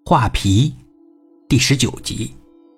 画皮第19集。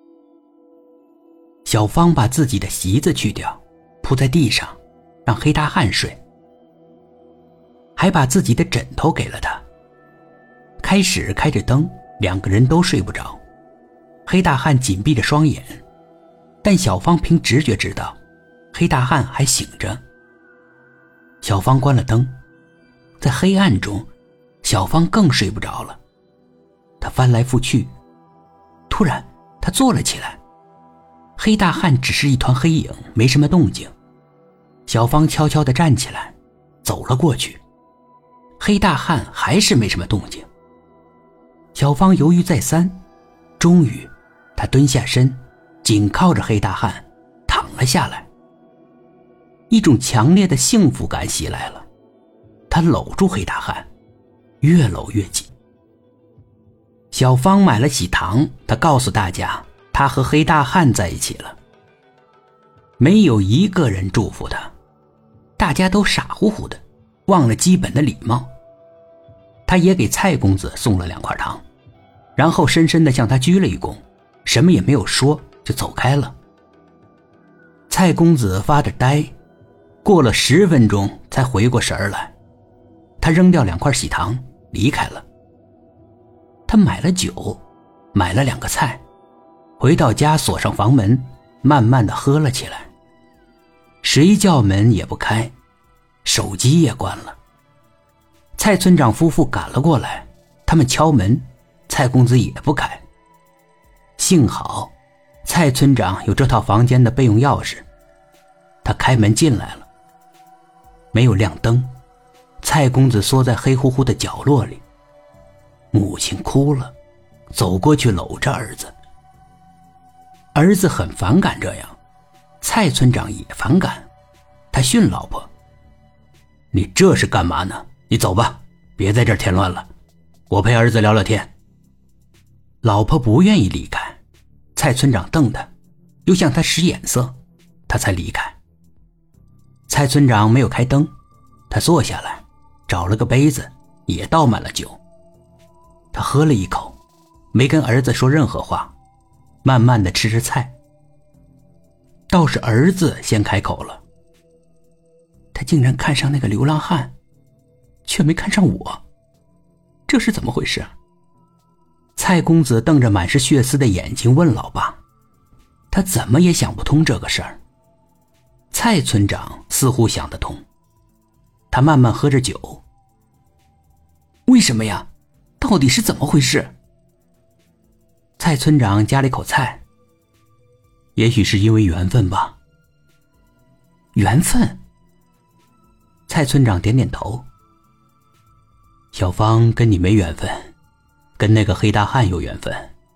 小芳把自己的席子去掉，铺在地上，让黑大汉睡，还把自己的枕头给了他。开始开着灯，两个人都睡不着。黑大汉紧闭着双眼，但小芳凭直觉知道黑大汉还醒着。小芳关了灯，在黑暗中，小芳更睡不着了。她翻来覆去，突然她坐了起来。黑大汉只是一团黑影，没什么动静。小芳悄悄地站起来，走了过去。黑大汉还是没什么动静。小芳犹豫再三，终于她蹲下身，紧靠着黑大汉躺了下来。一种强烈的幸福感袭来了，她搂住黑大汉，越搂越紧。小芳买了喜糖，她告诉大家她和黑大汉在一起了。没有一个人祝福她，大家都傻乎乎的，忘了基本的礼貌。她也给蔡公子送了2块糖，然后深深地向他鞠了一躬，什么也没有说，就走开了。蔡公子发着呆，过了10分钟才回过神来。他扔掉2块喜糖离开了。他买了酒，买了2个菜，回到家锁上房门，慢慢地喝了起来。谁叫门也不开，手机也关了。蔡村长夫妇赶了过来，他们敲门，蔡公子也不开。幸好蔡村长有这套房间的备用钥匙，他开门进来了。没有亮灯，蔡公子缩在黑乎乎的角落里。母亲哭了，走过去搂着儿子。儿子很反感这样，蔡村长也反感，他训老婆：“你这是干嘛呢？你走吧，别在这儿添乱了，我陪儿子聊聊天。”老婆不愿意离开，蔡村长瞪他，又向他使眼色，他才离开。蔡村长没有开灯，他坐下来，找了个杯子，也倒满了酒。他喝了一口，没跟儿子说任何话，慢慢地吃着菜。倒是儿子先开口了，他竟然看上那个流浪汉，却没看上我，这是怎么回事？蔡公子瞪着满是血丝的眼睛问老爸，他怎么也想不通这个事儿。蔡村长似乎想得通，他慢慢喝着酒。为什么呀？到底是怎么回事？蔡村长夹了一口菜。也许是因为缘分吧。缘分？蔡村长点点头。小芳跟你没缘分，跟那个黑大汉有缘分。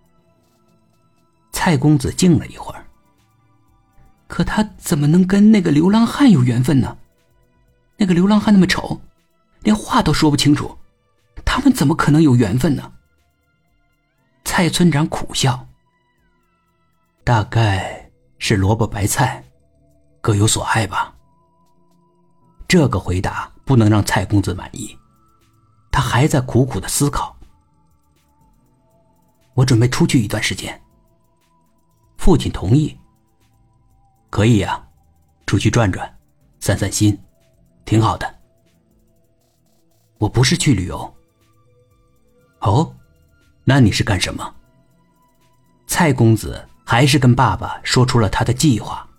蔡公子静了一会儿。可他怎么能跟那个流浪汉有缘分呢？那个流浪汉那么丑，连话都说不清楚，他们怎么可能有缘分呢？蔡村长苦笑，大概是萝卜白菜各有所爱吧。这个回答不能让蔡公子满意，他还在苦苦的思考。我准备出去一段时间。父亲同意。可以呀，出去转转，散散心，挺好的。我不是去旅游。哦，那你是干什么？蔡公子还是跟爸爸说出了他的计划。